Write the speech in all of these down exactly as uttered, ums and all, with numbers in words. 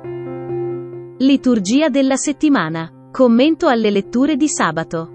Liturgia della settimana. Commento alle letture di sabato.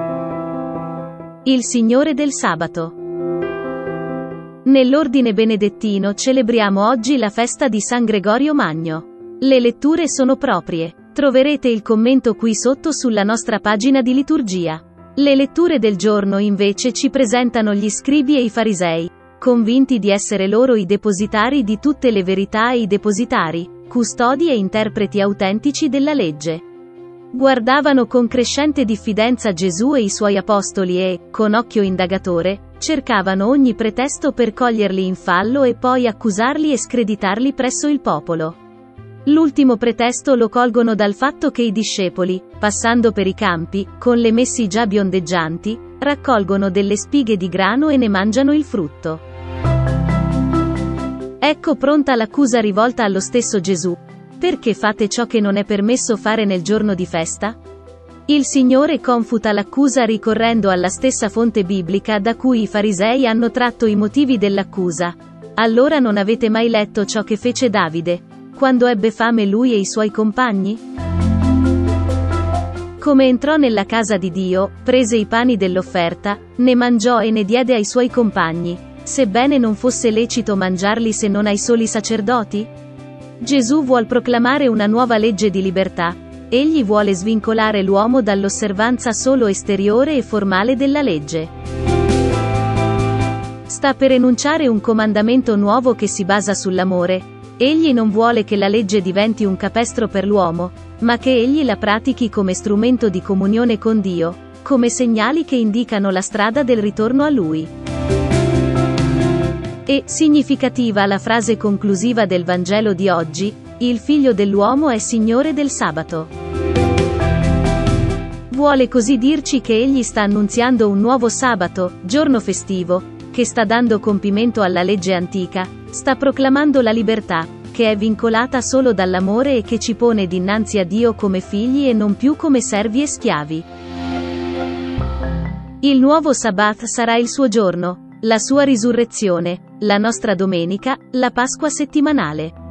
Il Signore del sabato. Nell'ordine benedettino celebriamo oggi la festa di San Gregorio Magno. Le letture sono proprie. Troverete il commento qui sotto sulla nostra pagina di liturgia. Le letture del giorno invece ci presentano gli scribi e i farisei, convinti di essere loro i depositari di tutte le verità e i depositari, custodi e interpreti autentici della legge. Guardavano con crescente diffidenza Gesù e i suoi apostoli e, con occhio indagatore, cercavano ogni pretesto per coglierli in fallo e poi accusarli e screditarli presso il popolo. L'ultimo pretesto lo colgono dal fatto che i discepoli, passando per i campi, con le messi già biondeggianti, raccolgono delle spighe di grano e ne mangiano il frutto. Ecco pronta l'accusa rivolta allo stesso Gesù. Perché fate ciò che non è permesso fare nel giorno di festa? Il Signore confuta l'accusa ricorrendo alla stessa fonte biblica da cui i farisei hanno tratto i motivi dell'accusa. Allora non avete mai letto ciò che fece Davide, quando ebbe fame lui e i suoi compagni? Come entrò nella casa di Dio, prese i pani dell'offerta, ne mangiò e ne diede ai suoi compagni, sebbene non fosse lecito mangiarli se non ai soli sacerdoti? Gesù vuol proclamare una nuova legge di libertà. Egli vuole svincolare l'uomo dall'osservanza solo esteriore e formale della legge. Sta per enunciare un comandamento nuovo che si basa sull'amore. Egli non vuole che la legge diventi un capestro per l'uomo, ma che egli la pratichi come strumento di comunione con Dio, come segnali che indicano la strada del ritorno a Lui. E, significativa la frase conclusiva del Vangelo di oggi, il Figlio dell'uomo è Signore del sabato. Vuole così dirci che egli sta annunziando un nuovo sabato, giorno festivo, che sta dando compimento alla legge antica, sta proclamando la libertà, che è vincolata solo dall'amore e che ci pone dinanzi a Dio come figli e non più come servi e schiavi. Il nuovo Sabbat sarà il suo giorno, la sua risurrezione, la nostra domenica, la Pasqua settimanale.